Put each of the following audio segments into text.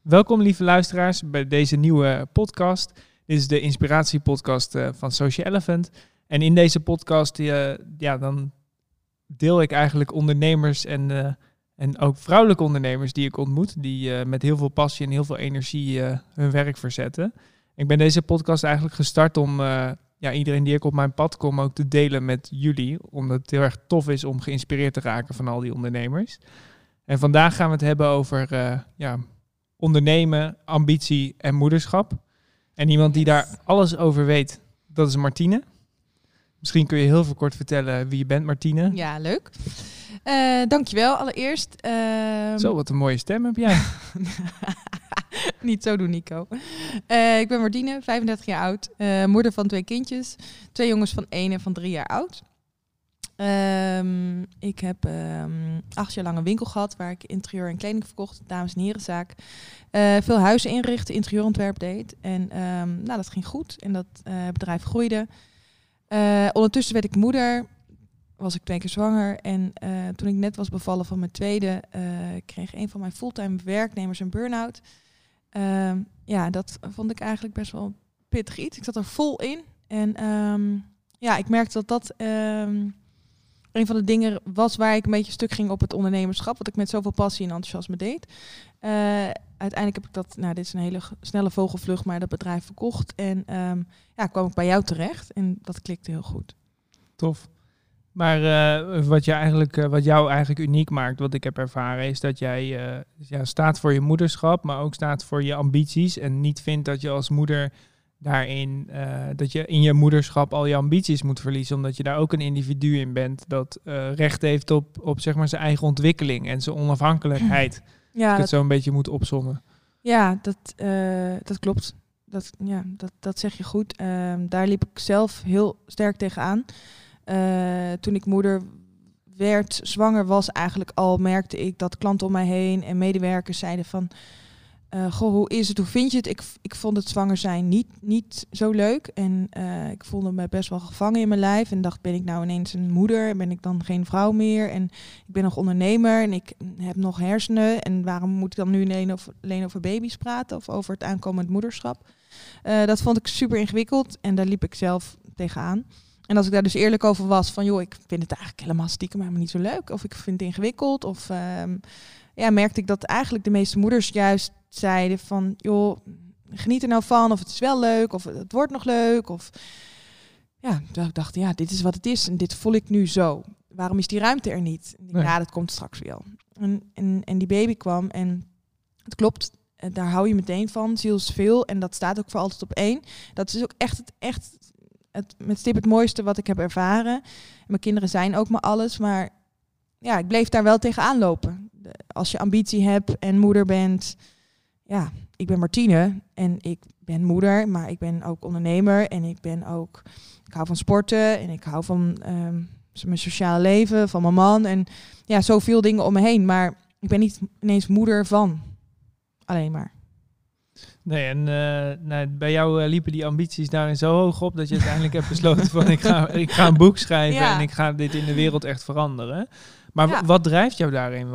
Welkom lieve luisteraars bij deze nieuwe podcast. Dit is de inspiratiepodcast van Social Elephant. En in deze podcast dan deel ik eigenlijk ondernemers en ook vrouwelijke ondernemers die ik ontmoet. Die met heel veel passie en heel veel energie hun werk verzetten. Ik ben deze podcast eigenlijk gestart om iedereen die ik op mijn pad kom ook te delen met jullie. Omdat het heel erg tof is om geïnspireerd te raken van al die ondernemers. En vandaag gaan we het hebben over ondernemen, ambitie en moederschap. En iemand die daar alles over weet, dat is Martine. Misschien kun je heel veel kort vertellen wie je bent, Martine. Ja, leuk. Dankjewel allereerst. Zo, wat een mooie stem heb jij. Niet zo doen, Nico. Ik ben Martine, 35 jaar oud. Moeder van 2 kindjes. 2 jongens van 1 en van 3 jaar oud. Ik heb 8 jaar lang een winkel gehad waar ik interieur en kleding verkocht, dames- en herenzaak. Veel huizen inrichten, interieurontwerp deed. En dat ging goed en dat bedrijf groeide. Ondertussen werd ik moeder, was ik 2 keer zwanger. En toen ik net was bevallen van mijn tweede, kreeg een van mijn fulltime werknemers een burn-out. Dat vond ik eigenlijk best wel pittig iets. Ik zat er vol in. En ik merkte dat een van de dingen was waar ik een beetje stuk ging op het ondernemerschap. Wat ik met zoveel passie en enthousiasme deed. Uiteindelijk heb ik dat, dit is een hele snelle vogelvlucht, maar dat bedrijf verkocht. En kwam ik bij jou terecht. En dat klikte heel goed. Tof. Maar wat jou eigenlijk uniek maakt, wat ik heb ervaren, is dat jij staat voor je moederschap, maar ook staat voor je ambities. En niet vindt dat je als moeder daarin, dat je in je moederschap al je ambities moet verliezen, omdat je daar ook een individu in bent dat recht heeft op zeg maar zijn eigen ontwikkeling en zijn onafhankelijkheid. Ja, ik het zo een beetje moet opsommen. Ja, dat klopt. Dat zeg je goed. Daar liep ik zelf heel sterk tegenaan. Toen ik moeder werd, zwanger was eigenlijk al, merkte ik dat klanten om mij heen en medewerkers zeiden van, hoe is het, hoe vind je het? Ik vond het zwanger zijn niet zo leuk. En ik voelde me best wel gevangen in mijn lijf. En dacht, ben ik nou ineens een moeder? Ben ik dan geen vrouw meer? En ik ben nog ondernemer en ik heb nog hersenen. En waarom moet ik dan nu alleen over baby's praten? Of over het aankomend moederschap? Dat vond ik super ingewikkeld. En daar liep ik zelf tegenaan. En als ik daar dus eerlijk over was van, ik vind het eigenlijk helemaal stiekem helemaal niet zo leuk. Of ik vind het ingewikkeld. Of merkte ik dat eigenlijk de meeste moeders juist zeiden van, geniet er nou van. Of het is wel leuk. Of het wordt nog leuk. Of ik dacht, dit is wat het is. En dit voel ik nu zo. Waarom is die ruimte er niet? En dat komt straks wel. En die baby kwam. En het klopt, daar hou je meteen van. Zielsveel. En dat staat ook voor altijd op 1. Dat is ook echt met stip het mooiste wat ik heb ervaren. Mijn kinderen zijn ook maar alles. Maar ik bleef daar wel tegenaan lopen. Als je ambitie hebt en moeder bent. Ik ben Martine en ik ben moeder, maar ik ben ook ondernemer. En ik hou van sporten en ik hou van mijn sociale leven, van mijn man. En zoveel dingen om me heen. Maar ik ben niet ineens moeder van. Alleen maar. Nee, en bij jou liepen die ambities daarin zo hoog op dat je uiteindelijk hebt besloten van ik ga een boek schrijven en ik ga dit in de wereld echt veranderen. Maar wat drijft jou daarin?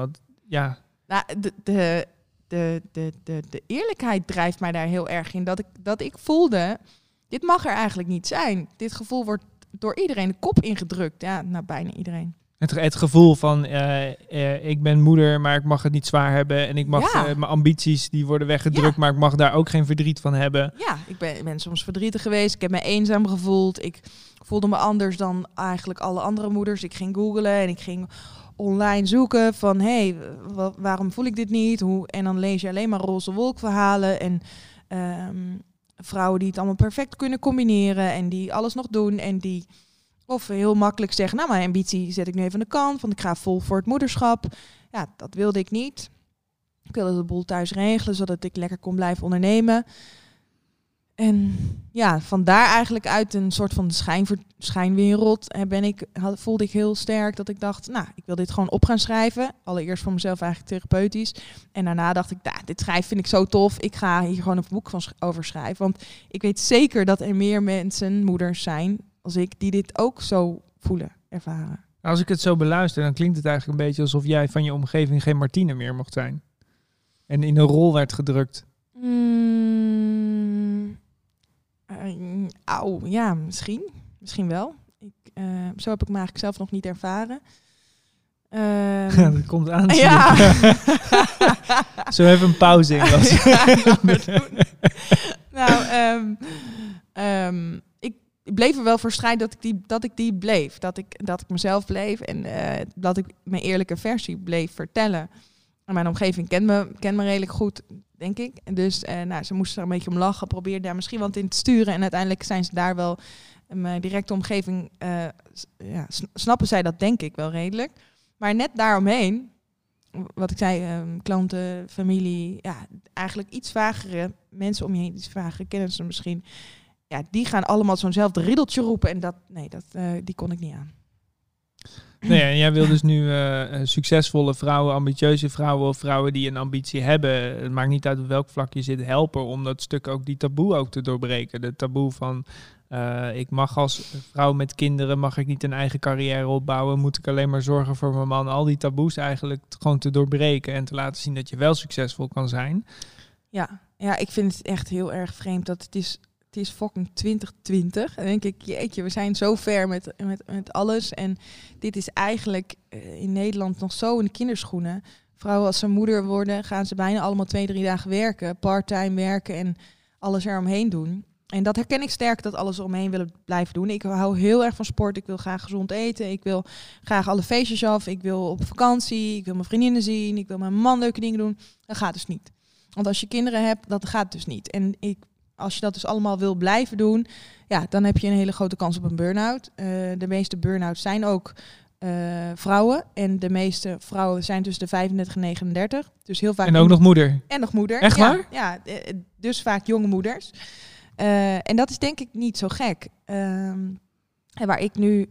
De eerlijkheid drijft mij daar heel erg in. Dat ik voelde, dit mag er eigenlijk niet zijn. Dit gevoel wordt door iedereen de kop ingedrukt. Ja, bijna iedereen. Het gevoel van, ik ben moeder, maar ik mag het niet zwaar hebben. En ik mag mijn ambities, die worden weggedrukt, maar ik mag daar ook geen verdriet van hebben. Ja, ik ben soms verdrietig geweest. Ik heb me eenzaam gevoeld. Ik voelde me anders dan eigenlijk alle andere moeders. Ik ging googlen en ik ging online zoeken van, waarom voel ik dit niet? En dan lees je alleen maar roze wolkverhalen en vrouwen die het allemaal perfect kunnen combineren en die alles nog doen en die of heel makkelijk zeggen, mijn ambitie zet ik nu even aan de kant, want ik ga vol voor het moederschap. Ja, dat wilde ik niet. Ik wilde de boel thuis regelen, zodat ik lekker kon blijven ondernemen. En vandaar eigenlijk uit een soort van schijnwereld voelde ik heel sterk dat ik dacht, ik wil dit gewoon op gaan schrijven. Allereerst voor mezelf eigenlijk therapeutisch. En daarna dacht ik, dit schrijven vind ik zo tof. Ik ga hier gewoon een boek over schrijven. Want ik weet zeker dat er meer mensen, moeders zijn als ik, die dit ook zo voelen, ervaren. Als ik het zo beluister, dan klinkt het eigenlijk een beetje alsof jij van je omgeving geen Martine meer mocht zijn. en in een rol werd gedrukt? Ja, misschien. Misschien wel. Zo heb ik me eigenlijk zelf nog niet ervaren. Dat komt aan. Ja. Zo even een pauze in was. Ik bleef er wel voor strijden dat ik die bleef. Dat ik mezelf bleef en dat ik mijn eerlijke versie bleef vertellen. En mijn omgeving kent me redelijk goed, denk ik. En dus ze moesten er een beetje om lachen, probeerden daar misschien wat in te sturen. En uiteindelijk zijn ze daar wel, mijn directe omgeving, snappen zij dat denk ik wel redelijk. Maar net daaromheen, wat ik zei, klanten, familie, eigenlijk iets vagere mensen om je heen, iets vagere kennissen misschien. Ja, die gaan allemaal zo'nzelfde riddeltje roepen en die kon ik niet aan. Nee, en jij wil dus nu succesvolle vrouwen, ambitieuze vrouwen of vrouwen die een ambitie hebben. Het maakt niet uit op welk vlak je zit, helpen om dat stuk ook, die taboe ook te doorbreken. De taboe van ik mag als vrouw met kinderen, mag ik niet een eigen carrière opbouwen, moet ik alleen maar zorgen voor mijn man. Al die taboes eigenlijk gewoon te doorbreken en te laten zien dat je wel succesvol kan zijn. Ja, ik vind het echt heel erg vreemd dat het is fucking 2020. En dan denk ik, jeetje, we zijn zo ver met alles. En dit is eigenlijk in Nederland nog zo in de kinderschoenen. Vrouwen als ze moeder worden, gaan ze bijna allemaal 2-3 dagen werken. Part-time werken en alles eromheen doen. En dat herken ik sterk, dat alles eromheen willen blijven doen. Ik hou heel erg van sport. Ik wil graag gezond eten. Ik wil graag alle feestjes af. Ik wil op vakantie. Ik wil mijn vriendinnen zien. Ik wil met mijn man leuke dingen doen. Dat gaat dus niet. Want als je kinderen hebt, dat gaat dus niet. En als je dat dus allemaal wil blijven doen, dan heb je een hele grote kans op een burn-out. De meeste burn-outs zijn ook vrouwen. En de meeste vrouwen zijn tussen de 35 en 39. Dus heel vaak. En ook nog moeder. En nog moeder. Echt waar? Ja, dus vaak jonge moeders. En dat is denk ik niet zo gek. En waar ik nu,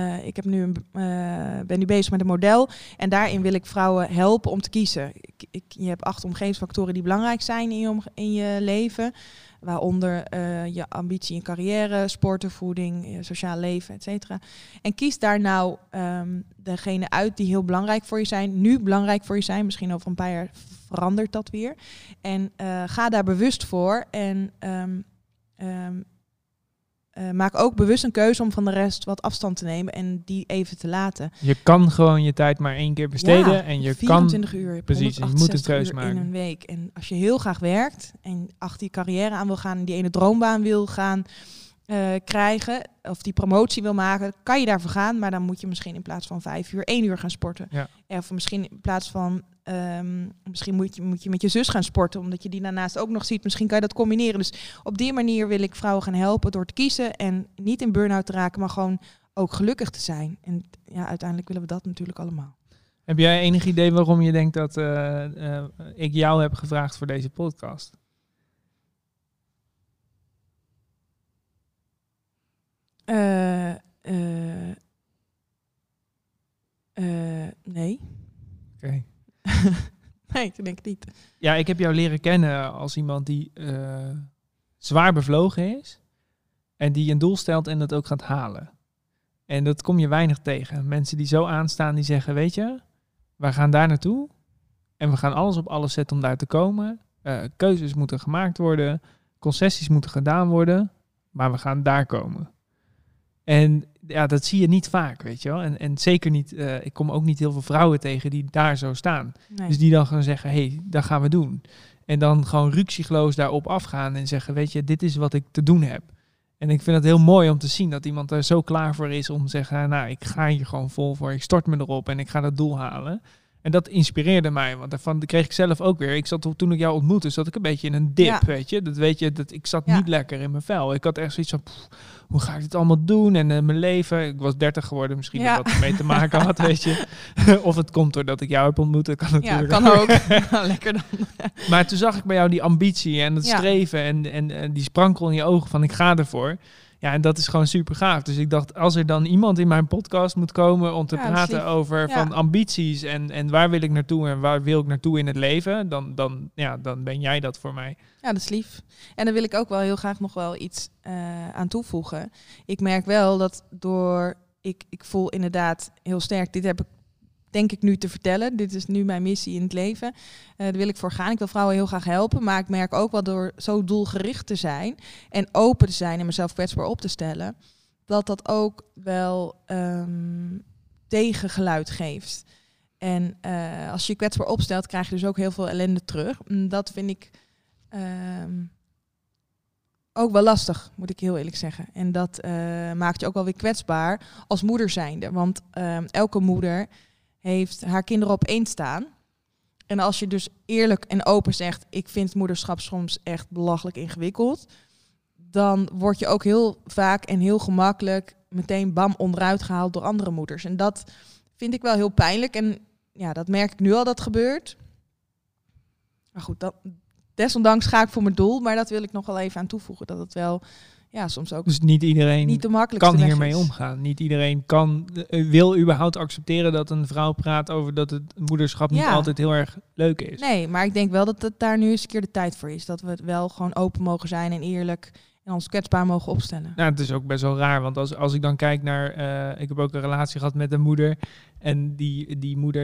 ben nu bezig met een model. En daarin wil ik vrouwen helpen om te kiezen. Je hebt 8 omgevingsfactoren die belangrijk zijn in je leven. Waaronder je ambitie in carrière, sporten, voeding, sociaal leven, et cetera. En kies daar nou degene uit die heel belangrijk voor je zijn. Nu belangrijk voor je zijn. Misschien over een paar jaar verandert dat weer. En ga daar bewust voor. En maak ook bewust een keuze om van de rest wat afstand te nemen en die even te laten. Je kan gewoon je tijd maar 1 keer besteden. Ja, en je 24 uur, precies, je moet een keuze maken in een week. En als je heel graag werkt en achter je carrière aan wil gaan en die ene droombaan wil gaan krijgen of die promotie wil maken, kan je daarvoor gaan, maar dan moet je misschien in plaats van 5 uur 1 uur gaan sporten. Ja. Of misschien in plaats van misschien moet je met je zus gaan sporten, omdat je die daarnaast ook nog ziet. Misschien kan je dat combineren. Dus op die manier wil ik vrouwen gaan helpen door te kiezen en niet in burn-out te raken, maar gewoon ook gelukkig te zijn. En uiteindelijk willen we dat natuurlijk allemaal. Heb jij enig idee waarom je denkt dat ik jou heb gevraagd voor deze podcast? Nee. Oké. Nee, dat denk ik niet. Ja, ik heb jou leren kennen als iemand die zwaar bevlogen is. En die een doel stelt en dat ook gaat halen. En dat kom je weinig tegen. Mensen die zo aanstaan, die zeggen, weet je, wij gaan daar naartoe. En we gaan alles op alles zetten om daar te komen. Keuzes moeten gemaakt worden. Concessies moeten gedaan worden. Maar we gaan daar komen. En ja, dat zie je niet vaak, weet je wel. En zeker niet, ik kom ook niet heel veel vrouwen tegen die daar zo staan. Nee. Dus die dan gaan zeggen, hey, dat gaan we doen. En dan gewoon ruksigloos daarop afgaan en zeggen, weet je, dit is wat ik te doen heb. En ik vind het heel mooi om te zien dat iemand er zo klaar voor is om te zeggen, nou, ik ga hier gewoon vol voor. Ik stort me erop en ik ga dat doel halen. En dat inspireerde mij, want daarvan kreeg ik zelf ook weer. Toen ik jou ontmoette, zat ik een beetje in een dip, weet je. Ik zat niet lekker in mijn vel. Ik had echt zoiets van, hoe ga ik dit allemaal doen? En mijn leven, ik was 30 geworden, misschien dat wat ermee te maken had, weet je. Of het komt doordat ik jou heb ontmoet, dat kan natuurlijk kan ook. Lekker dan. Maar toen zag ik bij jou die ambitie en het streven en die sprankel in je ogen van ik ga ervoor. Ja, en dat is gewoon super gaaf. Dus ik dacht, als er dan iemand in mijn podcast moet komen om te praten over van ambities en waar wil ik naartoe en waar wil ik naartoe in het leven, dan ben jij dat voor mij. Ja, dat is lief. En dan wil ik ook wel heel graag nog wel iets aan toevoegen. Ik merk wel dat ik voel inderdaad heel sterk, dit heb ik denk ik nu te vertellen. Dit is nu mijn missie in het leven. Daar wil ik voor gaan. Ik wil vrouwen heel graag helpen. Maar ik merk ook wel door zo doelgericht te zijn en open te zijn en mezelf kwetsbaar op te stellen, dat ook wel tegengeluid geeft. En als je kwetsbaar opstelt, krijg je dus ook heel veel ellende terug. Dat vind ik ook wel lastig, moet ik heel eerlijk zeggen. En dat maakt je ook wel weer kwetsbaar als moeder zijnde. Want elke moeder heeft haar kinderen op één staan. En als je dus eerlijk en open zegt, ik vind moederschap soms echt belachelijk ingewikkeld, dan word je ook heel vaak en heel gemakkelijk meteen bam onderuit gehaald door andere moeders. En dat vind ik wel heel pijnlijk. En ja, dat merk ik nu al dat gebeurt. Maar goed, desondanks ga ik voor mijn doel. Maar dat wil ik nog wel even aan toevoegen. Dat het wel soms ook Dus niet iedereen niet de makkelijkste kan weg hiermee is. omgaan. Niet iedereen wil überhaupt accepteren dat een vrouw praat over dat het moederschap niet altijd heel erg leuk is. Nee, maar ik denk wel dat het daar nu eens een keer de tijd voor is. Dat we het wel gewoon open mogen zijn en eerlijk en ons kwetsbaar mogen opstellen. Nou, het is ook best wel raar, want als ik dan kijk naar... ik heb ook een relatie gehad met een moeder. En die moeder,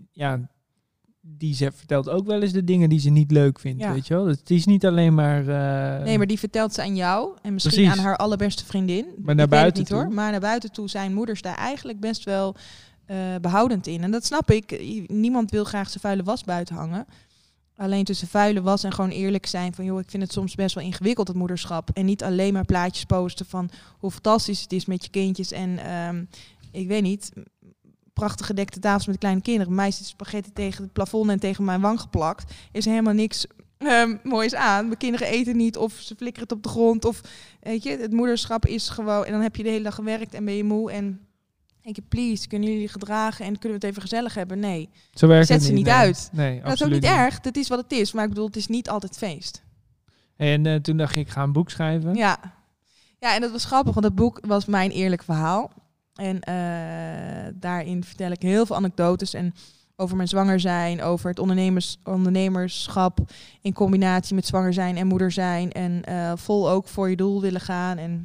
die ze vertelt ook wel eens de dingen die ze niet leuk vindt, weet je wel. Het is niet alleen maar... Nee, maar die vertelt ze aan jou en misschien Precies. aan haar allerbeste vriendin. Maar naar buiten toe. Maar naar buiten toe zijn moeders daar eigenlijk best wel behoudend in. En dat snap ik. Niemand wil graag zijn vuile was buiten hangen. Alleen tussen vuile was en gewoon eerlijk zijn van, joh, ik vind het soms best wel ingewikkeld, het moederschap. En niet alleen maar plaatjes posten van hoe fantastisch het is met je kindjes. En ik weet niet, prachtig gedekte tafels met kleine kinderen. Bij mij zit spaghetti tegen het plafond en tegen mijn wang geplakt. Is helemaal niks moois aan. Mijn kinderen eten niet of ze flikkeren het op de grond. Of weet je, het moederschap is gewoon... En dan heb je de hele dag gewerkt en ben je moe en... denk je, please, kunnen jullie gedragen en kunnen we het even gezellig hebben? Nee, Zo werkt zet het ze niet nee. uit. Nee, Dat is ook niet erg, dat is wat het is. Maar ik bedoel, het is niet altijd feest. En toen dacht ik ga een boek schrijven. Ja, en dat was grappig, want dat boek was mijn eerlijk verhaal. En daarin vertel ik heel veel anekdotes en over mijn zwanger zijn, over het ondernemerschap in combinatie met zwanger zijn en moeder zijn. En vol ook voor je doel willen gaan en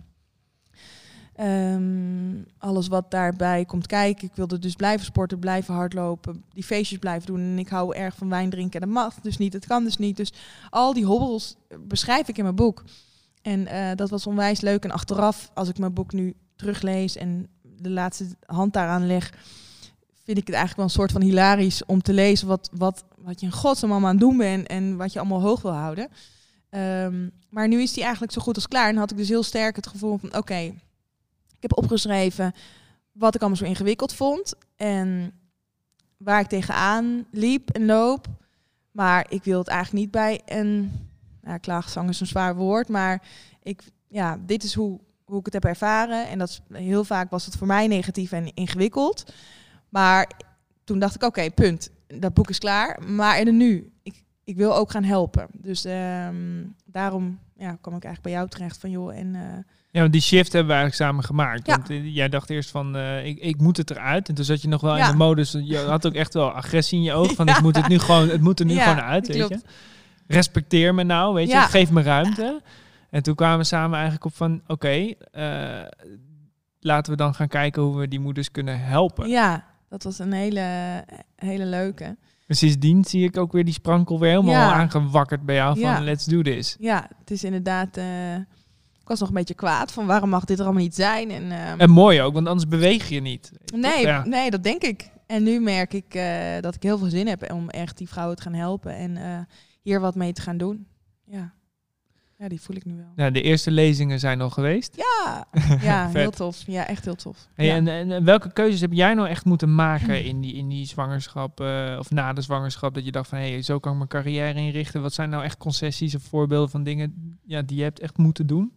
alles wat daarbij komt kijken. Ik wilde dus blijven sporten, blijven hardlopen, die feestjes blijven doen. En ik hou erg van wijn drinken en dat mag dus niet, het kan dus niet. Dus al die hobbels beschrijf ik in mijn boek. En dat was onwijs leuk. En achteraf, als ik mijn boek nu teruglees en de laatste hand daaraan leg, vind ik het eigenlijk wel een soort van hilarisch om te lezen wat je in godsnaam allemaal aan het doen bent en wat je allemaal hoog wil houden. Maar nu is die eigenlijk zo goed als klaar. En dan had ik dus heel sterk het gevoel van oké, ik heb opgeschreven wat ik allemaal zo ingewikkeld vond en waar ik tegenaan liep en loop. Maar ik wil het eigenlijk niet bij een klaagzang is een zwaar woord, maar dit is hoe ik het heb ervaren. En dat is, heel vaak was het voor mij negatief en ingewikkeld. Maar toen dacht ik, oké, punt. Dat boek is klaar. Maar en nu? Ik wil ook gaan helpen. Dus daarom kwam ik eigenlijk bij jou terecht van joh. En, ja, want die shift hebben we eigenlijk samen gemaakt. Ja. Want jij dacht eerst van, ik moet het eruit. En toen zat je nog wel in de modus. Je had ook echt wel agressie in je oog. Van, ik moet het nu gewoon, het moet er nu gewoon uit, weet je. Respecteer me nou, weet je. Geef me ruimte. En toen kwamen we samen eigenlijk op van, oké, laten we dan gaan kijken hoe we die moeders kunnen helpen. Ja, dat was een hele leuke. En sindsdien zie ik ook weer die sprankel weer helemaal aangewakkerd bij jou van let's do this. Ja, het is inderdaad... ik was nog een beetje kwaad van waarom mag dit er allemaal niet zijn. En mooi ook, want anders beweeg je niet. Nee, dat denk ik. En nu merk ik dat ik heel veel zin heb om echt die vrouwen te gaan helpen en hier wat mee te gaan doen. Ja, die voel ik nu wel. Ja, de eerste lezingen zijn al geweest. Ja, heel tof. Ja, echt heel tof. Hey, en welke keuzes heb jij nou echt moeten maken in die zwangerschap of na de zwangerschap? Dat je dacht van, hey, zo kan ik mijn carrière inrichten. Wat zijn nou echt concessies of voorbeelden van dingen die je hebt echt moeten doen?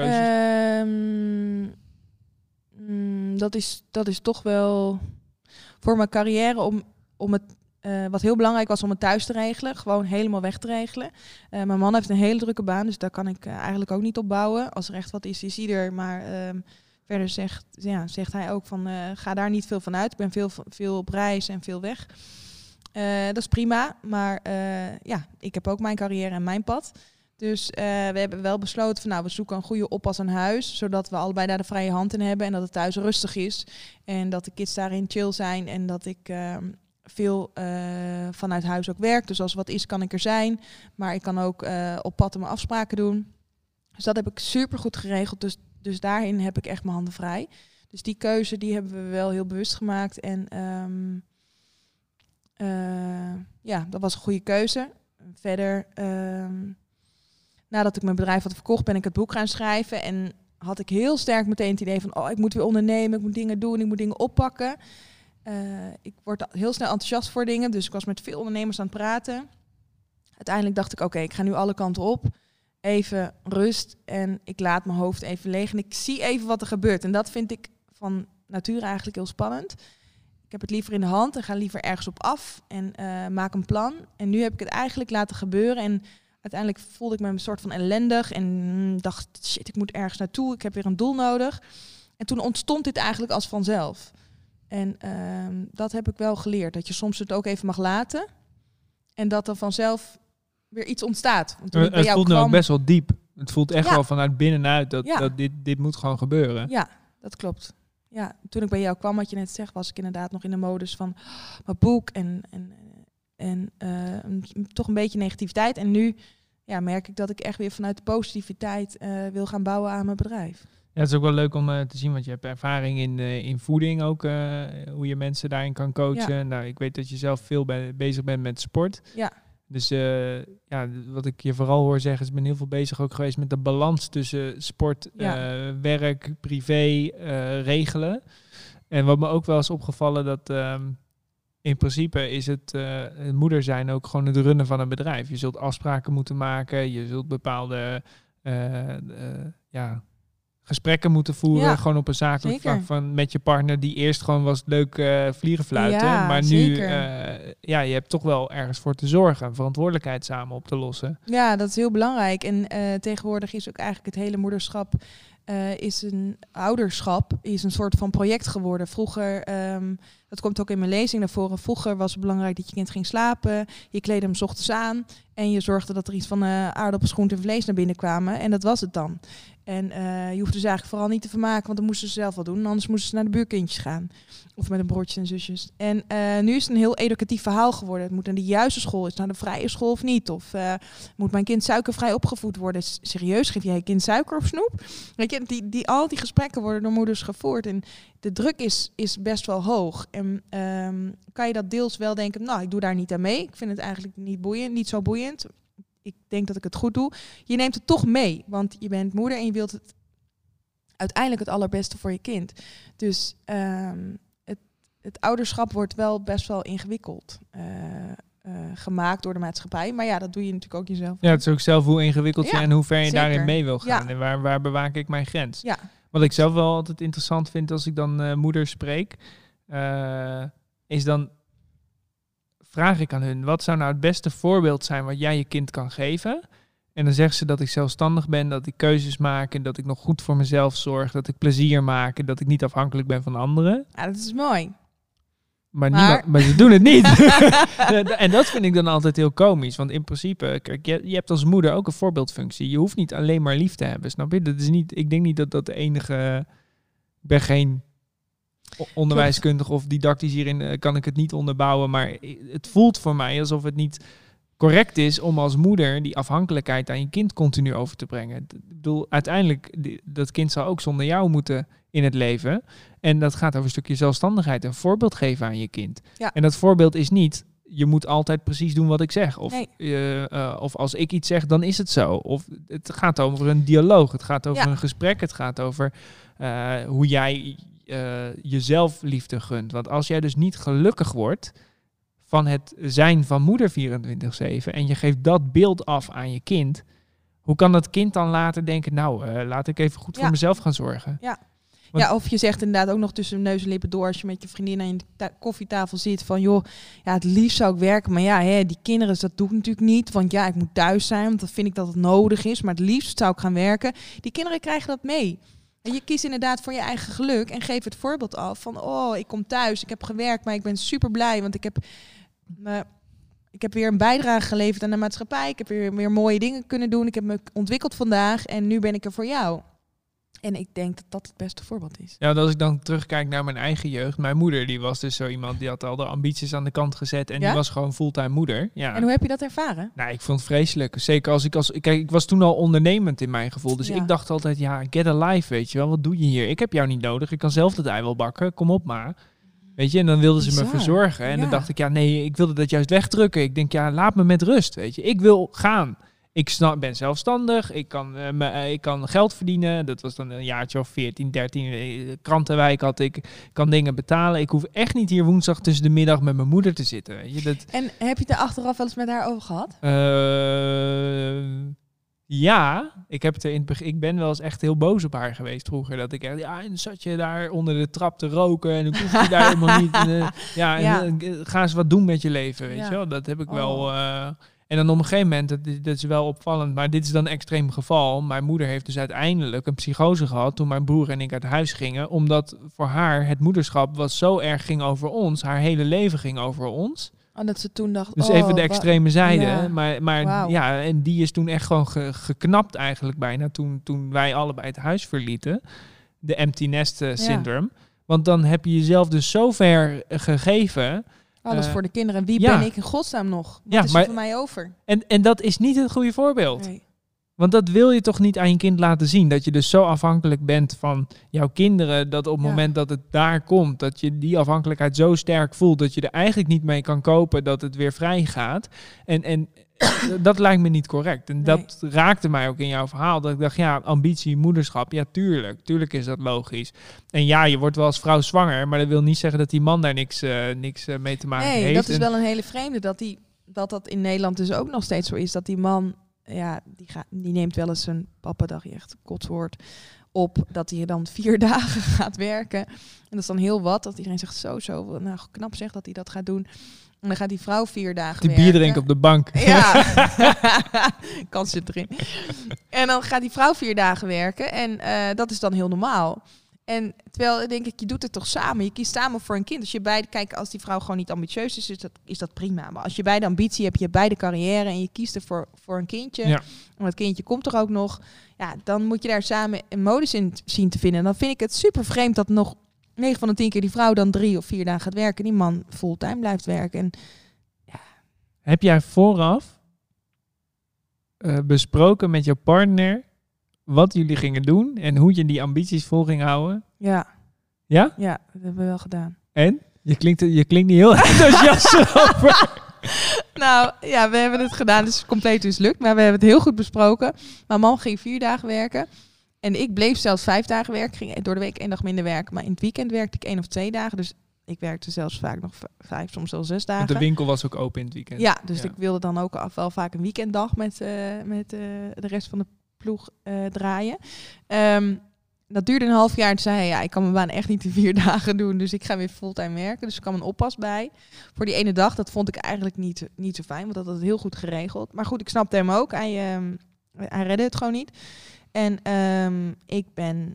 Dat is toch wel voor mijn carrière om het... wat heel belangrijk was om het thuis te regelen. Gewoon helemaal weg te regelen. Mijn man heeft een hele drukke baan. Dus daar kan ik eigenlijk ook niet op bouwen. Als er echt wat is hij er. Maar verder zegt hij ook van... ga daar niet veel van uit. Ik ben veel op reis en veel weg. Dat is prima. Maar ik heb ook mijn carrière en mijn pad. Dus we hebben wel besloten van we zoeken een goede oppas aan huis. Zodat we allebei daar de vrije hand in hebben. En dat het thuis rustig is. En dat de kids daarin chill zijn. En dat ik veel vanuit huis ook werk. Dus als er wat is, kan ik er zijn. Maar ik kan ook op pad mijn afspraken doen. Dus dat heb ik super goed geregeld. Dus daarin heb ik echt mijn handen vrij. Dus die keuze die hebben we wel heel bewust gemaakt. En dat was een goede keuze. Verder, nadat ik mijn bedrijf had verkocht, ben ik het boek gaan schrijven. En had ik heel sterk meteen het idee van, ik moet weer ondernemen, ik moet dingen doen, ik moet dingen oppakken. Ik word heel snel enthousiast voor dingen, dus ik was met veel ondernemers aan het praten. Uiteindelijk dacht ik, ik ga nu alle kanten op. Even rust en ik laat mijn hoofd even leeg en ik zie even wat er gebeurt. En dat vind ik van nature eigenlijk heel spannend. Ik heb het liever in de hand en ga liever ergens op af en maak een plan. En nu heb ik het eigenlijk laten gebeuren en uiteindelijk voelde ik me een soort van ellendig en dacht, shit, ik moet ergens naartoe, ik heb weer een doel nodig. En toen ontstond dit eigenlijk als vanzelf. En dat heb ik wel geleerd, dat je soms het ook even mag laten en dat er vanzelf weer iets ontstaat. Want toen het voelt nu ook best wel diep. Het voelt echt wel vanuit binnenuit dat dit moet gewoon gebeuren. Ja, dat klopt. Ja, toen ik bij jou kwam, wat je net zegt, was ik inderdaad nog in de modus van mijn boek en toch een beetje negativiteit. En nu merk ik dat ik echt weer vanuit de positiviteit wil gaan bouwen aan mijn bedrijf. Ja, het is ook wel leuk om te zien, want je hebt ervaring in voeding ook, hoe je mensen daarin kan coachen. Ja. Nou, ik weet dat je zelf veel bezig bent met sport. Ja. Dus wat ik je vooral hoor zeggen is, ik ben heel veel bezig ook geweest met de balans tussen sport, werk, privé, regelen. En wat me ook wel is opgevallen, dat in principe is het moeder zijn ook gewoon het runnen van een bedrijf. Je zult afspraken moeten maken, je zult bepaalde gesprekken moeten voeren, gewoon op een zakelijk vlak van met je partner die eerst gewoon was leuk vliegen fluiten, maar nu je hebt toch wel ergens voor te zorgen, een verantwoordelijkheid samen op te lossen. Ja, dat is heel belangrijk en tegenwoordig is ook eigenlijk het hele moederschap is een ouderschap, is een soort van project geworden. Vroeger, dat komt ook in mijn lezing naar voren, vroeger was het belangrijk dat je kind ging slapen, je kleedde hem 's ochtends aan en je zorgde dat er iets van aardappels, groenten en vlees naar binnen kwamen en dat was het dan. En je hoeft dus eigenlijk vooral niet te vermaken, want dan moesten ze zelf wel doen. Anders moesten ze naar de buurkindjes gaan. Of met een broertje en zusjes. En nu is het een heel educatief verhaal geworden. Het moet naar de juiste school. Is het naar de vrije school of niet? Of moet mijn kind suikervrij opgevoed worden? Serieus, geef jij je kind suiker of snoep? Weet je, al die gesprekken worden door moeders gevoerd. En de druk is best wel hoog. En kan je dat deels wel denken, ik doe daar niet aan mee. Ik vind het eigenlijk niet zo boeiend. Ik denk dat ik het goed doe. Je neemt het toch mee, want je bent moeder en je wilt het uiteindelijk het allerbeste voor je kind. Dus het ouderschap wordt wel best wel ingewikkeld gemaakt door de maatschappij. Maar dat doe je natuurlijk ook jezelf. Ja, het is ook zelf hoe ingewikkeld je en hoe ver je daarin mee wil gaan. Ja. En waar bewaak ik mijn grens? Ja. Wat ik zelf wel altijd interessant vind als ik dan moeders spreek, is dan vraag ik aan hun, wat zou nou het beste voorbeeld zijn wat jij je kind kan geven? En dan zeggen ze dat ik zelfstandig ben, dat ik keuzes maak en dat ik nog goed voor mezelf zorg, dat ik plezier maak en dat ik niet afhankelijk ben van anderen. Ja, dat is mooi. Maar ze doen het niet. En dat vind ik dan altijd heel komisch. Want in principe, kijk, je hebt als moeder ook een voorbeeldfunctie. Je hoeft niet alleen maar lief te hebben, snap je? Dat is niet, ik denk niet dat dat de enige... Ik ben geen onderwijskundig of didactisch hierin, kan ik het niet onderbouwen. Maar het voelt voor mij alsof het niet correct is om als moeder die afhankelijkheid aan je kind continu over te brengen. Ik bedoel, uiteindelijk, dat kind zal ook zonder jou moeten in het leven. En dat gaat over een stukje zelfstandigheid. Een voorbeeld geven aan je kind. Ja. En dat voorbeeld is niet, je moet altijd precies doen wat ik zeg. Of, of als ik iets zeg, dan is het zo. Of het gaat over een dialoog. Het gaat over een gesprek. Het gaat over hoe jij jezelf liefde gunt. Want als jij dus niet gelukkig wordt van het zijn van moeder 24/7 en je geeft dat beeld af aan je kind, hoe kan dat kind dan later denken, laat ik even goed voor mezelf gaan zorgen? Ja. Want of je zegt inderdaad ook nog tussen neus en lippen door als je met je vriendin aan je koffietafel zit van het liefst zou ik werken, maar die kinderen, dat doe ik natuurlijk niet, want ik moet thuis zijn, want dan vind ik dat het nodig is, maar het liefst zou ik gaan werken. Die kinderen krijgen dat mee. En je kiest inderdaad voor je eigen geluk en geef het voorbeeld af van, ik kom thuis, ik heb gewerkt, maar ik ben super blij, want ik heb me ik heb weer een bijdrage geleverd aan de maatschappij. Ik heb weer mooie dingen kunnen doen. Ik heb me ontwikkeld vandaag en nu ben ik er voor jou. En ik denk dat dat het beste voorbeeld is. Ja, als ik dan terugkijk naar mijn eigen jeugd. Mijn moeder, die was dus zo iemand, die had al de ambities aan de kant gezet. En die was gewoon fulltime moeder. Ja. En hoe heb je dat ervaren? Nou, ik vond het vreselijk. Zeker kijk, ik was toen al ondernemend in mijn gevoel. Dus ik dacht altijd, get a life, weet je wel. Wat doe je hier? Ik heb jou niet nodig. Ik kan zelf dat ei wel bakken. Kom op maar. Weet je, en dan wilden ze me verzorgen. En dan dacht ik, ik wilde dat juist wegdrukken. Ik denk, laat me met rust, weet je. Ik wil gaan. Ik ben zelfstandig, ik kan geld verdienen. Dat was dan een jaartje of 14, 13. Krantenwijk had ik kan dingen betalen. Ik hoef echt niet hier woensdag tussen de middag met mijn moeder te zitten. Weet je, En heb je het er achteraf wel eens met haar over gehad? Ja, ik ben wel eens echt heel boos op haar geweest vroeger. Dat ik echt, en dan zat je daar onder de trap te roken en dan hoef je daar helemaal niet. Ga eens wat doen met je leven, weet je wel. Dat heb ik wel. En dan op een gegeven moment, dat is wel opvallend, maar dit is dan een extreem geval. Mijn moeder heeft dus uiteindelijk een psychose gehad toen mijn broer en ik uit huis gingen. Omdat voor haar het moederschap was zo erg ging over ons. Haar hele leven ging over ons. Oh, dat ze toen dacht, dus even de extreme zijde. Ja. Maar en die is toen echt gewoon geknapt eigenlijk bijna toen wij allebei het huis verlieten. De empty nest syndrome. Want dan heb je jezelf dus zo ver gegeven. Alles voor de kinderen. Wie ben ik in godsnaam nog? Wat is er voor mij over? En dat is niet het goede voorbeeld. Nee. Want dat wil je toch niet aan je kind laten zien. Dat je dus zo afhankelijk bent van jouw kinderen. Dat op het moment dat het daar komt, dat je die afhankelijkheid zo sterk voelt. Dat je er eigenlijk niet mee kan kopen dat het weer vrij gaat. En dat lijkt me niet correct. En dat raakte mij ook in jouw verhaal. Dat ik dacht, ambitie, moederschap. Ja, tuurlijk is dat logisch. En je wordt wel als vrouw zwanger. Maar dat wil niet zeggen dat die man daar niks mee te maken heeft. Nee, dat is wel een hele vreemde. Dat in Nederland dus ook nog steeds zo is. Dat die man, die neemt wel eens een pappendagje, echt kotswoord, op. Dat hij dan 4 dagen gaat werken. En dat is dan heel wat. Dat iedereen zegt zo. Nou, knap zeg dat hij dat gaat doen. En dan gaat die vrouw 4 dagen werken. Die bier drinken op de bank. Ja, kans zit erin. En dan gaat die vrouw 4 dagen werken. En dat is dan heel normaal. En terwijl, denk ik, je doet het toch samen. Je kiest samen voor een kind. Als je beide, kijk, als die vrouw gewoon niet ambitieus is dat prima. Maar als je beide ambitie hebt, je hebt beide carrière en je kiest er voor een kindje. Ja. En dat kindje komt er ook nog. Ja, dan moet je daar samen een modus in zien te vinden. En dan vind ik het super vreemd dat nog 9 van de 10 keer die vrouw dan 3 of 4 dagen gaat werken. Die man fulltime blijft werken. En, heb jij vooraf besproken met je partner wat jullie gingen doen en hoe je die ambities vol ging houden? Ja. Ja? Ja, dat hebben we wel gedaan. En? Je klinkt niet heel enthousiast over. Nou, ja, we hebben het gedaan. Het is compleet mislukt, maar we hebben het heel goed besproken. Mijn man ging 4 dagen werken. En ik bleef zelfs 5 dagen werken. Ging door de week 1 dag minder werken. Maar in het weekend werkte ik 1 of 2 dagen. Dus ik werkte zelfs vaak nog 5, soms wel 6 dagen. Want de winkel was ook open in het weekend. Ja, dus ik wilde dan ook wel vaak een weekenddag met de rest van de ploeg draaien. Dat duurde een half jaar. En toen zei hij, ik kan mijn baan echt niet in 4 dagen doen. Dus ik ga weer fulltime werken. Dus er kwam een oppas bij. Voor die ene dag, dat vond ik eigenlijk niet zo fijn. Want dat had het heel goed geregeld. Maar goed, ik snapte hem ook. Hij redde het gewoon niet. En ik ben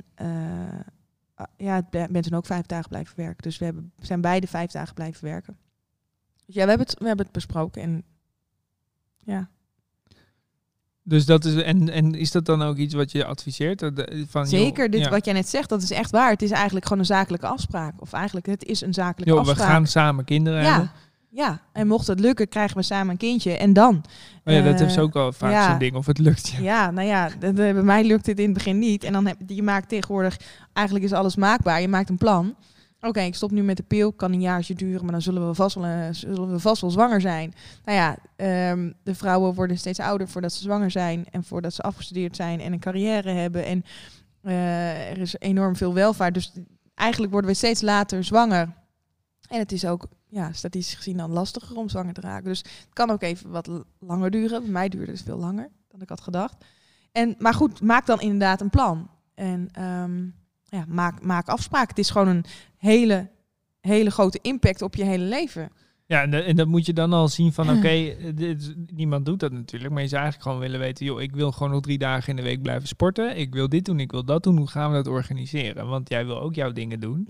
toen ook 5 dagen blijven werken. Dus we zijn beide 5 dagen blijven werken. Dus ja, we hebben het besproken. En ja. Dus dat is, en is dat dan ook iets wat je adviseert? Zeker, wat jij net zegt, dat is echt waar. Het is eigenlijk gewoon een zakelijke afspraak. Of eigenlijk, het is een zakelijke afspraak. We gaan samen kinderen hebben. Ja, en mocht het lukken, krijgen we samen een kindje. En dan? Oh ja, dat is ook wel vaak zo'n ding, of het lukt. Ja, nou ja, bij mij lukt het in het begin niet. En dan je maakt tegenwoordig, eigenlijk is alles maakbaar. Je maakt een plan. Oké, ik stop nu met de pil, kan een jaartje duren, maar dan zullen we vast wel zwanger zijn. Nou ja, de vrouwen worden steeds ouder voordat ze zwanger zijn en voordat ze afgestudeerd zijn en een carrière hebben. En er is enorm veel welvaart. Dus eigenlijk worden we steeds later zwanger. En het is ook statistisch gezien dan lastiger om zwanger te raken. Dus het kan ook even wat langer duren. Bij mij duurde het veel langer dan ik had gedacht. Maar goed, maak dan inderdaad een plan. En maak afspraken. Het is gewoon een hele grote impact op je hele leven. Ja, en dat moet je dan al zien van niemand doet dat natuurlijk. Maar je zou eigenlijk gewoon willen weten, ik wil gewoon nog 3 dagen in de week blijven sporten. Ik wil dit doen, ik wil dat doen. Hoe gaan we dat organiseren? Want jij wil ook jouw dingen doen. Ja.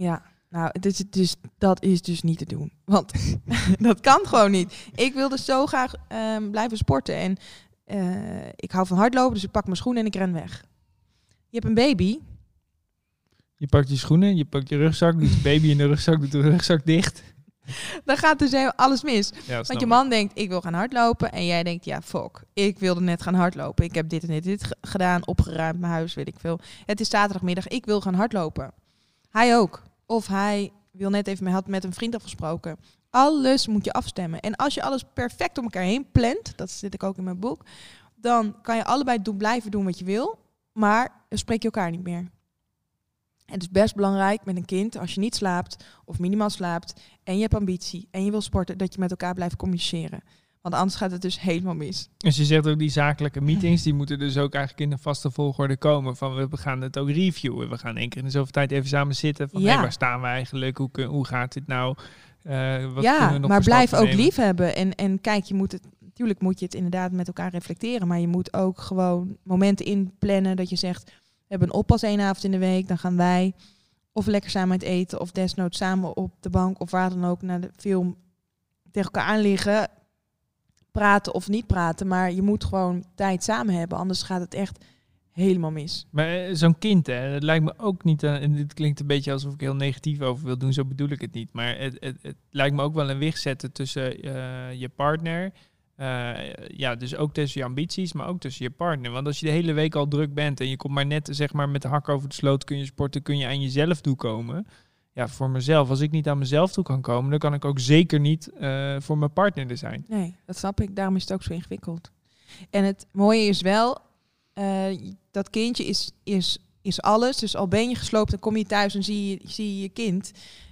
Nou, dat is dus niet te doen. Want dat kan gewoon niet. Ik wilde zo graag blijven sporten. En ik hou van hardlopen, dus ik pak mijn schoenen en ik ren weg. Je hebt een baby. Je pakt je schoenen, je pakt je rugzak, doet de baby in de rugzak, doet de rugzak dicht. Dan gaat dus alles mis. Ja, Want je man denkt, ik wil gaan hardlopen. En jij denkt, ja, fuck. Ik wilde net gaan hardlopen. Ik heb dit en dit gedaan, opgeruimd, mijn huis, weet ik veel. Het is zaterdagmiddag, ik wil gaan hardlopen. Hij ook. Of hij wil net even, had met een vriend afgesproken. Alles moet je afstemmen. En als je alles perfect om elkaar heen plant, dat zit ik ook in mijn boek, dan kan je allebei blijven doen wat je wil, maar dan spreek je elkaar niet meer. En het is best belangrijk met een kind, als je niet slaapt of minimaal slaapt en je hebt ambitie en je wil sporten, dat je met elkaar blijft communiceren. Want anders gaat het dus helemaal mis. Dus je zegt ook die zakelijke meetings, die moeten dus ook eigenlijk in een vaste volgorde komen. Van we gaan het ook reviewen. We gaan 1 keer in de zoveel tijd even samen zitten. Van hey, waar staan we eigenlijk? Hoe gaat dit nou? Wat kunnen we nog maar blijf ook nemen? lief hebben. En kijk, natuurlijk moet je het inderdaad met elkaar reflecteren. Maar je moet ook gewoon momenten inplannen dat je zegt, we hebben een oppas 1 avond in de week. Dan gaan wij of lekker samen uit eten of desnoods samen op de bank of waar dan ook naar de film tegen elkaar aan liggen. Praten of niet praten, maar je moet gewoon tijd samen hebben. Anders gaat het echt helemaal mis. Maar zo'n kind, hè, dat lijkt me ook niet... en dit klinkt een beetje alsof ik heel negatief over wil doen, zo bedoel ik het niet. Maar het lijkt me ook wel een wicht zetten tussen je partner. Dus ook tussen je ambities, maar ook tussen je partner. Want als je de hele week al druk bent en je komt maar net zeg maar met de hak over de sloot, kun je sporten, kun je aan jezelf toekomen. Ja, voor mezelf. Als ik niet aan mezelf toe kan komen, dan kan ik ook zeker niet voor mijn partner er zijn. Nee, dat snap ik. Daarom is het ook zo ingewikkeld. En het mooie is wel, dat kindje is alles. Dus al ben je gesloopt, dan kom je thuis en zie je je kind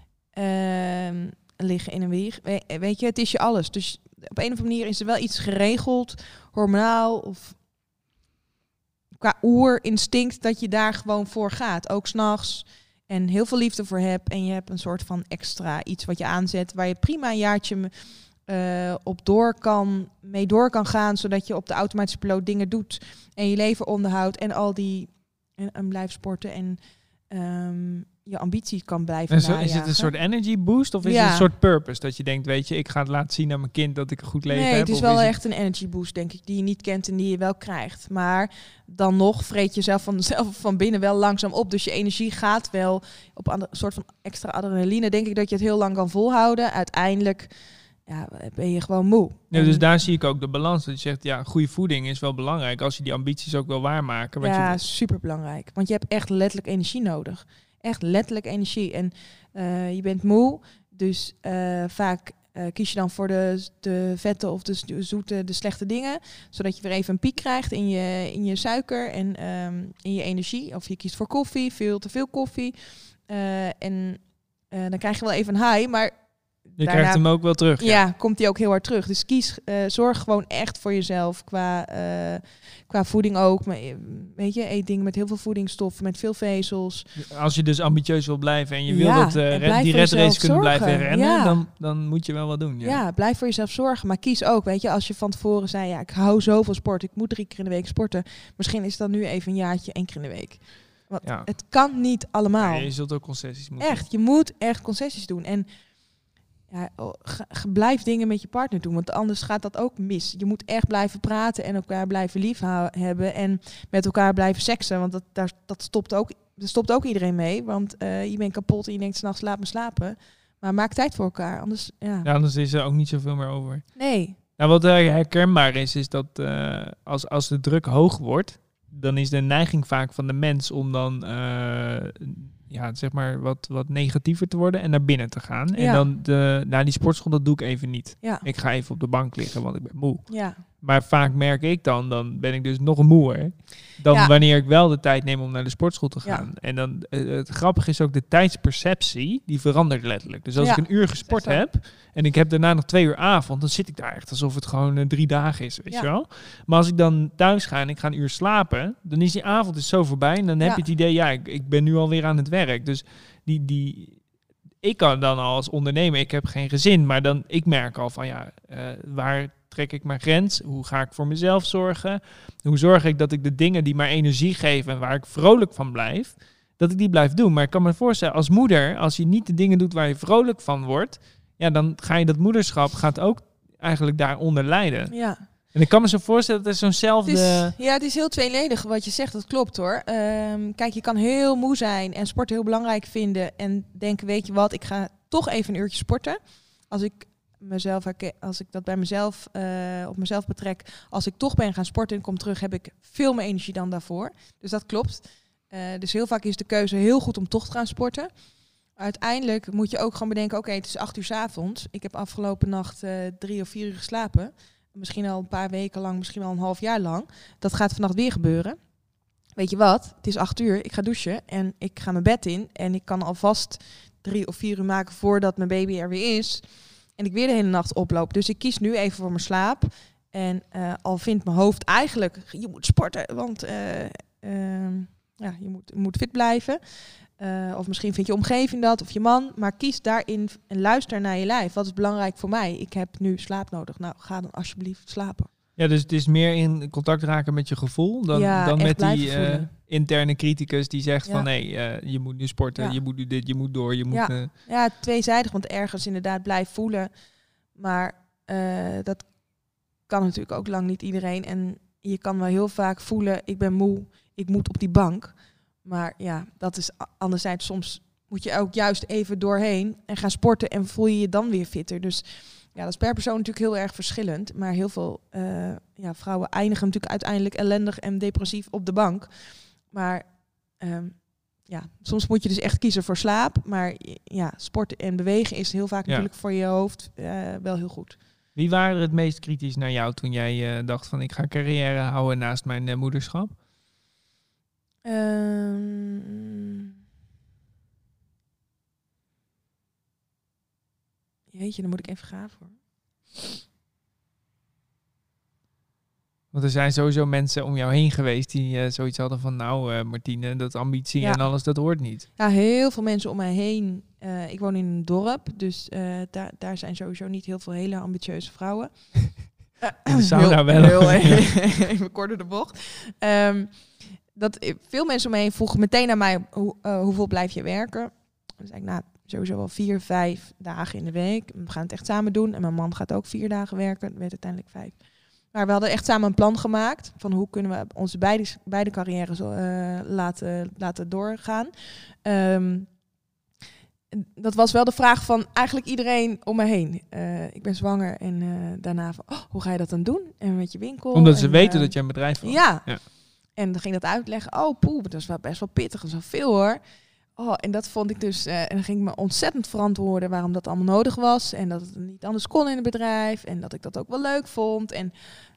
liggen in een wieg. Weet je, het is je alles. Dus op een of andere manier is er wel iets geregeld, hormonaal of qua oerinstinct, dat je daar gewoon voor gaat. Ook 's nachts. En heel veel liefde voor hebt. En je hebt een soort van extra iets wat je aanzet, waar je prima een jaartje mee door kan gaan, zodat je op de automatische piloot dingen doet en je leven onderhoudt en al die en blijft sporten en je ambitie kan blijven najagen. Is het een soort energy boost of is het een soort purpose? Dat je denkt, weet je, ik ga het laten zien aan mijn kind dat ik een goed leven heb? Nee, het is wel echt een energy boost, denk ik, die je niet kent en die je wel krijgt. Maar dan nog vreet je zelf van binnen wel langzaam op. Dus je energie gaat wel op een soort van extra adrenaline. Denk ik dat je het heel lang kan volhouden. Uiteindelijk ben je gewoon moe. Ja, dus daar zie ik ook de balans. Dat je zegt, ja, goede voeding is wel belangrijk als je die ambities ook wil waarmaken. Super belangrijk. Want je hebt echt letterlijk energie nodig. Echt letterlijk energie. En je bent moe, dus vaak kies je dan voor de vette of de zoete, de slechte dingen. Zodat je weer even een piek krijgt in je suiker en in je energie. Of je kiest voor koffie, veel te veel koffie. Dan krijg je wel even een high, maar je krijgt hem ook wel terug. Ja, komt hij ook heel hard terug. Dus zorg gewoon echt voor jezelf qua voeding ook. Maar, weet je, eet dingen met heel veel voedingsstoffen, met veel vezels. Als je dus ambitieus wil blijven en je wil dat die redrace kunnen blijven rennen, dan moet je wel wat doen. Ja, blijf voor jezelf zorgen. Maar kies ook, weet je, als je van tevoren zei, ik hou zoveel sport, ik moet 3 keer in de week sporten. Misschien is dat nu even een jaartje 1 keer in de week. Want het kan niet allemaal. Nee, je zult ook concessies moeten doen. Echt, je moet echt concessies doen. En blijf dingen met je partner doen, want anders gaat dat ook mis. Je moet echt blijven praten en elkaar blijven lief hebben en met elkaar blijven seksen, want dat stopt ook iedereen mee, want je bent kapot en je denkt 's nachts laat me slapen. Maar maak tijd voor elkaar, anders anders is er ook niet zoveel meer over. Nee. Nou, wat herkenbaar is dat als de druk hoog wordt, dan is de neiging vaak van de mens om dan zeg maar wat negatiever te worden en naar binnen te gaan. Ja. En dan die sportschool, dat doe ik even niet. Ja. Ik ga even op de bank liggen, want ik ben moe. Ja. Maar vaak merk ik dan ben ik dus nog moeer dan wanneer ik wel de tijd neem om naar de sportschool te gaan. Ja. En dan het grappige is ook de tijdsperceptie, die verandert letterlijk. Dus als ik een uur gesport heb en ik heb daarna nog 2 uur avond, dan zit ik daar echt alsof het gewoon 3 dagen is, weet je wel. Maar als ik dan thuis ga en ik ga 1 uur slapen, dan is die avond zo voorbij en dan heb je het idee, ik ben nu alweer aan het werk. Dus ik kan dan als ondernemer, ik heb geen gezin, maar ik merk al van waar trek ik mijn grens? Hoe ga ik voor mezelf zorgen? Hoe zorg ik dat ik de dingen die mij energie geven en waar ik vrolijk van blijf, dat ik die blijf doen. Maar ik kan me voorstellen, als moeder, als je niet de dingen doet waar je vrolijk van wordt, ja, dan ga je dat moederschap gaat ook eigenlijk daaronder lijden. Ja. En ik kan me zo voorstellen dat er zo'nzelfde... Het is heel tweeledig wat je zegt, dat klopt hoor. Kijk, je kan heel moe zijn en sport heel belangrijk vinden en denken, weet je wat, ik ga toch even een uurtje sporten. Als ik dat bij mezelf op mezelf betrek, als ik toch ben gaan sporten en kom terug, heb ik veel meer energie dan daarvoor. Dus dat klopt. Dus heel vaak is de keuze heel goed om toch te gaan sporten. Uiteindelijk moet je ook gewoon bedenken, oké, het is 8 uur 's avonds. Ik heb afgelopen nacht 3 of 4 uur geslapen. Misschien al een paar weken lang, misschien wel een half jaar lang. Dat gaat vannacht weer gebeuren. Weet je wat? Het is 8 uur, ik ga douchen en ik ga mijn bed in. En ik kan alvast 3 of 4 uur maken voordat mijn baby er weer is. En ik weer de hele nacht oploop. Dus ik kies nu even voor mijn slaap. En al vindt mijn hoofd eigenlijk, je moet sporten, want je moet fit blijven. Of misschien vindt je omgeving dat, of je man. Maar kies daarin en luister naar je lijf. Wat is belangrijk voor mij? Ik heb nu slaap nodig. Nou, ga dan alsjeblieft slapen. Ja, dus het is meer in contact raken met je gevoel dan met die interne criticus die zegt van nee, je moet nu sporten, je moet nu dit, je moet door, je moet... Ja, tweezijdig, want ergens inderdaad blijf voelen. Maar dat kan natuurlijk ook lang niet iedereen. En je kan wel heel vaak voelen, ik ben moe, ik moet op die bank. Maar ja, dat is anderzijds, soms moet je ook juist even doorheen en gaan sporten en voel je je dan weer fitter. Dus ja, dat is per persoon natuurlijk heel erg verschillend. Maar heel veel vrouwen eindigen natuurlijk uiteindelijk ellendig en depressief op de bank. Maar soms moet je dus echt kiezen voor slaap. Maar ja, sporten en bewegen is heel vaak natuurlijk voor je hoofd wel heel goed. Wie waren er het meest kritisch naar jou toen jij dacht van ik ga carrière houden naast mijn moederschap? Jeetje, dan moet ik even gaan voor. Want er zijn sowieso mensen om jou heen geweest die zoiets hadden van Martine, dat ambitie en alles, dat hoort niet. Ja, heel veel mensen om mij heen. Ik woon in een dorp, dus daar zijn sowieso niet heel veel hele ambitieuze vrouwen. Heel even kort door de bocht. Veel mensen om me heen vroegen meteen aan mij, hoeveel blijf je werken? Dan zei ik, sowieso wel 4, 5 dagen in de week. We gaan het echt samen doen. En mijn man gaat ook 4 dagen werken. Dat werd uiteindelijk 5. Maar we hadden echt samen een plan gemaakt van hoe kunnen we onze beide carrières laten doorgaan. Dat was wel de vraag van eigenlijk iedereen om me heen. Ik ben zwanger en daarna van, hoe ga je dat dan doen? En met je winkel. Omdat ze weten dat je een bedrijf hebt. Ja. En dan ging dat uitleggen. Dat is wel best wel pittig. Dat is wel veel hoor. En dat vond ik dus... en dan ging ik me ontzettend verantwoorden waarom dat allemaal nodig was. En dat het niet anders kon in het bedrijf. En dat ik dat ook wel leuk vond. En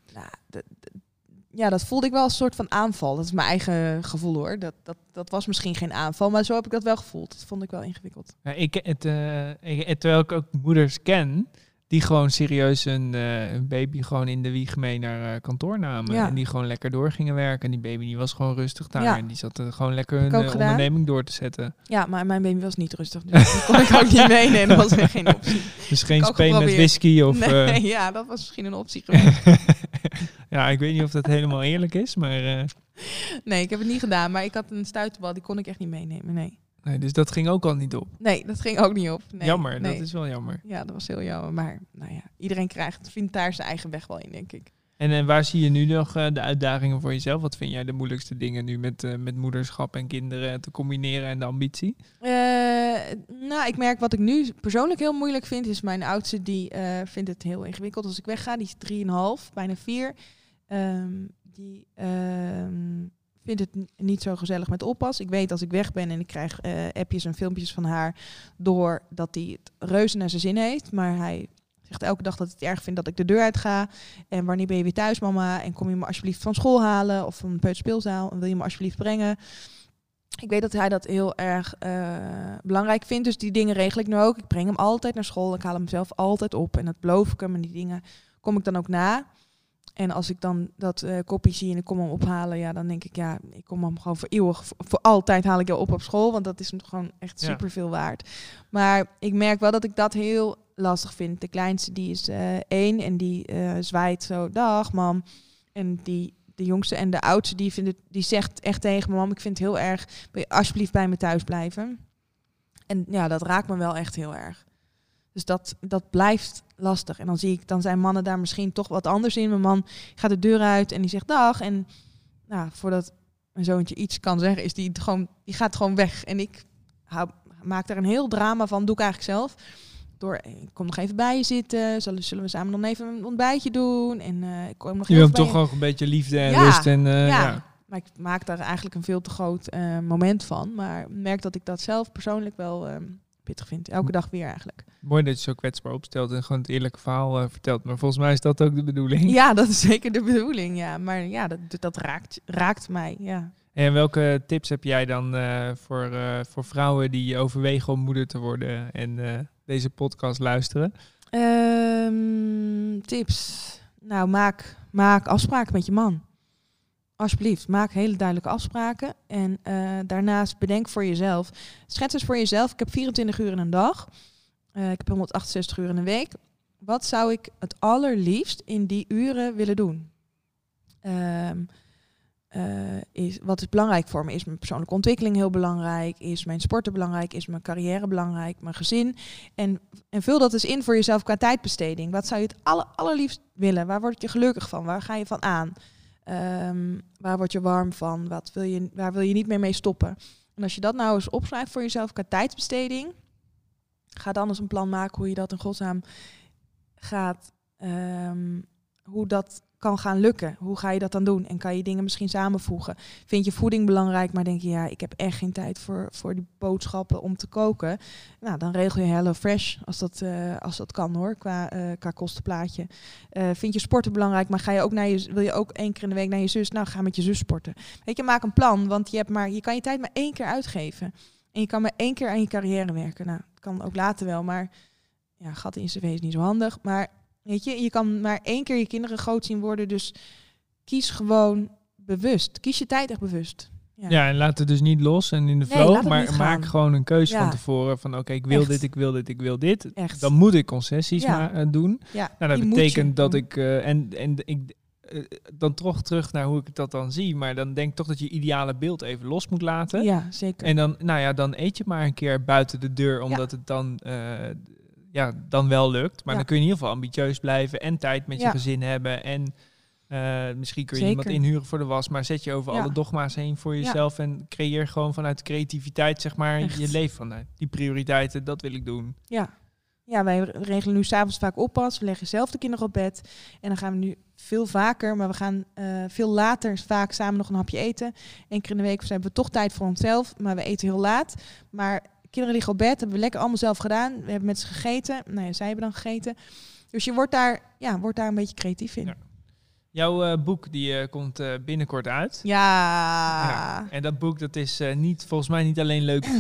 dat voelde ik wel als een soort van aanval. Dat is mijn eigen gevoel hoor. Dat was misschien geen aanval, maar zo heb ik dat wel gevoeld. Dat vond ik wel ingewikkeld. Ja, terwijl ik ook moeders ken die gewoon serieus een baby gewoon in de wieg mee naar kantoor namen. Ja. En die gewoon lekker door gingen werken. En die baby die was gewoon rustig daar. Ja. En die zat gewoon lekker hun onderneming door te zetten. Ja, maar mijn baby was niet rustig. Dus die kon ik ook niet meenemen. Dat was geen optie. Dus geen speen met whisky of... Nee, dat was misschien een optie geweest. Ja, ik weet niet of dat helemaal eerlijk is, maar... Nee, ik heb het niet gedaan. Maar ik had een stuiterbal, die kon ik echt niet meenemen, nee. Nee, dus dat ging ook al niet op? Nee, dat ging ook niet op. Nee, jammer, dat is wel jammer. Ja, dat was heel jammer. Maar iedereen vindt daar zijn eigen weg wel in, denk ik. En waar zie je nu nog de uitdagingen voor jezelf? Wat vind jij de moeilijkste dingen nu met moederschap en kinderen te combineren en de ambitie? Ik merk wat ik nu persoonlijk heel moeilijk vind, is mijn oudste die vindt het heel ingewikkeld als ik wegga. Die is 3,5, bijna 4. Die vindt het niet zo gezellig met oppas. Ik weet als ik weg ben en ik krijg appjes en filmpjes van haar door dat hij het reuze naar zijn zin heeft. Maar hij zegt elke dag dat hij het erg vindt dat ik de deur uit ga. En wanneer ben je weer thuis, mama? En kom je me alsjeblieft van school halen of van de peuterspeelzaal en wil je me alsjeblieft brengen? Ik weet dat hij dat heel erg belangrijk vindt. Dus die dingen regel ik nu ook. Ik breng hem altijd naar school. Ik haal hem zelf altijd op. En dat beloof ik hem. En die dingen kom ik dan ook na. En als ik dan dat kopje zie en ik kom hem ophalen, ja, dan denk ik, ja, ik kom hem gewoon voor eeuwig, voor altijd haal ik jou op school. Want dat is gewoon echt superveel waard. Maar ik merk wel dat ik dat heel lastig vind. De kleinste, die is 1 en die zwaait zo, dag mam. En die de jongste en de oudste, die zegt echt tegen me, mam, ik vind het heel erg, wil je alsjeblieft bij me thuis blijven? En ja, dat raakt me wel echt heel erg. Dus dat blijft lastig. En dan zijn mannen daar misschien toch wat anders in. Mijn man gaat de deur uit en die zegt dag. En nou, voordat mijn zoontje iets kan zeggen, is die gaat gewoon weg. En ik maak daar een heel drama van, doe ik eigenlijk zelf. Ik kom nog even bij je zitten. Zullen we samen nog even een ontbijtje doen? En ik kom nog je even hebt bij toch ook een beetje liefde en rust. En, ja, maar ik maak daar eigenlijk een veel te groot moment van. Maar merk dat ik dat zelf persoonlijk wel pittig vind. Elke dag weer eigenlijk. Mooi dat je zo kwetsbaar opstelt en gewoon het eerlijke verhaal vertelt. Maar volgens mij is dat ook de bedoeling. Ja, dat is zeker de bedoeling. Ja. Maar ja, dat raakt mij. Ja. En welke tips heb jij dan voor vrouwen die overwegen om moeder te worden en deze podcast luisteren? Tips. Nou, maak afspraken met je man. Alsjeblieft, maak hele duidelijke afspraken. En daarnaast bedenk voor jezelf. Schets eens voor jezelf. Ik heb 24 uur in een dag. Ik heb 168 uur in een week. Wat zou ik het allerliefst in die uren willen doen? Wat is belangrijk voor me? Is mijn persoonlijke ontwikkeling heel belangrijk? Is mijn sporten belangrijk? Is mijn carrière belangrijk? Mijn gezin? En vul dat eens in voor jezelf qua tijdbesteding. Wat zou je het allerliefst willen? Waar word je gelukkig van? Waar ga je van aan? Waar word je warm van? Waar wil je niet meer mee stoppen? En als je dat nou eens opschrijft voor jezelf qua tijdsbesteding, ga dan eens een plan maken hoe je dat in godsnaam gaat, hoe dat kan gaan lukken. Hoe ga je dat dan doen? En kan je dingen misschien samenvoegen? Vind je voeding belangrijk, maar denk je, ja, ik heb echt geen tijd voor die boodschappen om te koken. Nou, dan regel je HelloFresh als dat kan hoor, qua kostenplaatje. Vind je sporten belangrijk, maar wil je ook 1 keer in de week naar je zus? Nou, ga met je zus sporten. Weet je, maak een plan, want je kan je tijd maar 1 keer uitgeven. En je kan maar 1 keer aan je carrière werken. Nou, dat kan ook later wel, maar ja, gat in je cv is niet zo handig. Maar weet je kan maar 1 keer je kinderen groot zien worden. Dus kies gewoon bewust. Kies je tijd echt bewust. Ja, en laat het dus niet los en in de flow. Maar maak gewoon een keuze van tevoren. Van oké, ik wil dit, ik wil dit, ik wil dit. Echt. Dan moet ik concessies doen. Ja, nou, dat betekent dat ik... dan toch terug naar hoe ik dat dan zie. Maar dan denk ik toch dat je ideale beeld even los moet laten. Ja, zeker. En dan eet je maar een keer buiten de deur. Omdat het dan wel lukt. Maar dan kun je in ieder geval ambitieus blijven en tijd met je gezin hebben. En misschien kun je iemand inhuren voor de was, maar zet je over alle dogma's heen voor jezelf en creëer gewoon vanuit creativiteit, zeg maar, je leven vanuit die prioriteiten. Dat wil ik doen. Ja, wij regelen nu 's avonds vaak oppas. We leggen zelf de kinderen op bed. En dan gaan we nu veel vaker, maar we gaan veel later vaak samen nog een hapje eten. 1 keer in de week hebben we toch tijd voor onszelf, maar we eten heel laat. Maar kinderen liggen op bed, hebben we lekker allemaal zelf gedaan. We hebben met ze gegeten. Nou ja, zij hebben dan gegeten. Dus je wordt daar een beetje creatief in. Ja. Jouw boek die komt binnenkort uit. Ja. En dat boek dat is volgens mij niet alleen leuk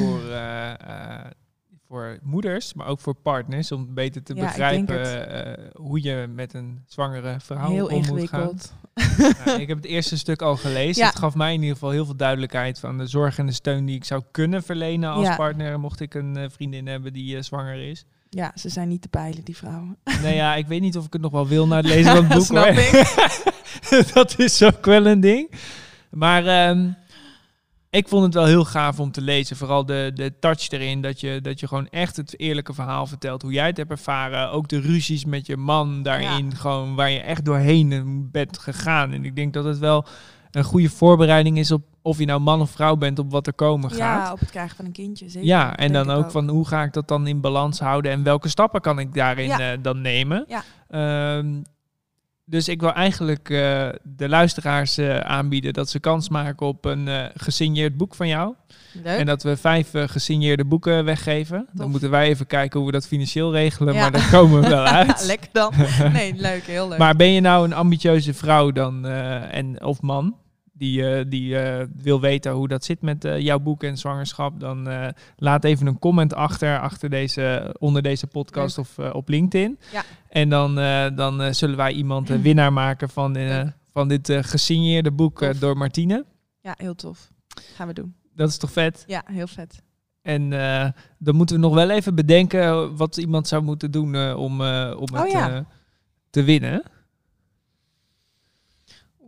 voor moeders, maar ook voor partners. Om beter te begrijpen hoe je met een zwangere vrouw heel om moet gaan. Ik heb het eerste stuk al gelezen. Het gaf mij in ieder geval heel veel duidelijkheid van de zorg en de steun die ik zou kunnen verlenen als partner, mocht ik een vriendin hebben die zwanger is. Ja, ze zijn niet te peilen, die vrouwen. Nee, ja, ik weet niet of ik het nog wel wil na het lezen van het boek. Snap ik. Dat is ook wel een ding. Maar ik vond het wel heel gaaf om te lezen. Vooral de touch erin, dat je gewoon echt het eerlijke verhaal vertelt. Hoe jij het hebt ervaren. Ook de ruzies met je man daarin. Gewoon waar je echt doorheen bent gegaan. En ik denk dat het wel een goede voorbereiding is op of je nou man of vrouw bent op wat er komen gaat. Ja, op het krijgen van een kindje. Zeker. Ja, en dan ook van hoe ga ik dat dan in balans houden en welke stappen kan ik daarin dan nemen. Ja. Dus ik wil eigenlijk de luisteraars aanbieden dat ze kans maken op een gesigneerd boek van jou. Leuk. En dat we 5 gesigneerde boeken weggeven. Tof. Dan moeten wij even kijken hoe we dat financieel regelen, maar daar komen we wel uit. Lekker dan. Nee, leuk, heel leuk. Maar ben je nou een ambitieuze vrouw dan of man die wil weten hoe dat zit met jouw boek en zwangerschap, dan laat even een comment onder deze podcast leuk. Of op LinkedIn. Ja. En dan zullen wij iemand winnaar maken van dit gesigneerde boek door Martine. Ja, heel tof. Gaan we doen. Dat is toch vet? Ja, heel vet. En dan moeten we nog wel even bedenken wat iemand zou moeten doen om het te winnen.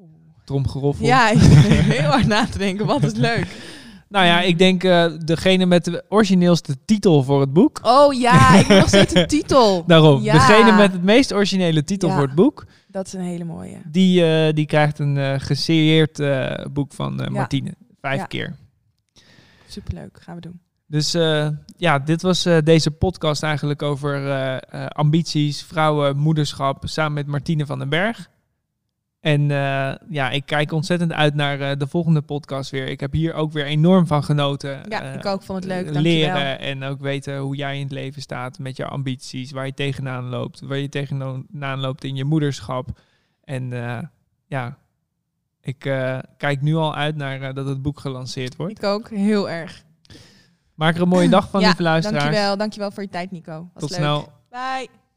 tromgeroffel. Ja, ik ben heel hard na te denken. Wat is leuk. Nou ja, ik denk degene met de origineelste titel voor het boek. Oh ja, ik wil nog steeds een titel. Daarom, Ja. degene met het meest originele titel voor het boek. Dat is een hele mooie. Die krijgt een geserieerd boek van Martine. 5 keer. Superleuk, gaan we doen. Dus dit was deze podcast eigenlijk over ambities, vrouwen, moederschap, samen met Martine van den Berg. En ik kijk ontzettend uit naar de volgende podcast weer. Ik heb hier ook weer enorm van genoten. Ja, ik ook vond het leuk. Leren en ook weten hoe jij in het leven staat met je ambities, waar je tegenaan loopt, waar je tegenaan loopt in je moederschap. En ik kijk nu al uit naar dat het boek gelanceerd wordt. Ik ook, heel erg. Maak er een mooie dag van, lieve luisteraars. Dankjewel voor je tijd, Nico. Was Tot leuk. snel. Bye.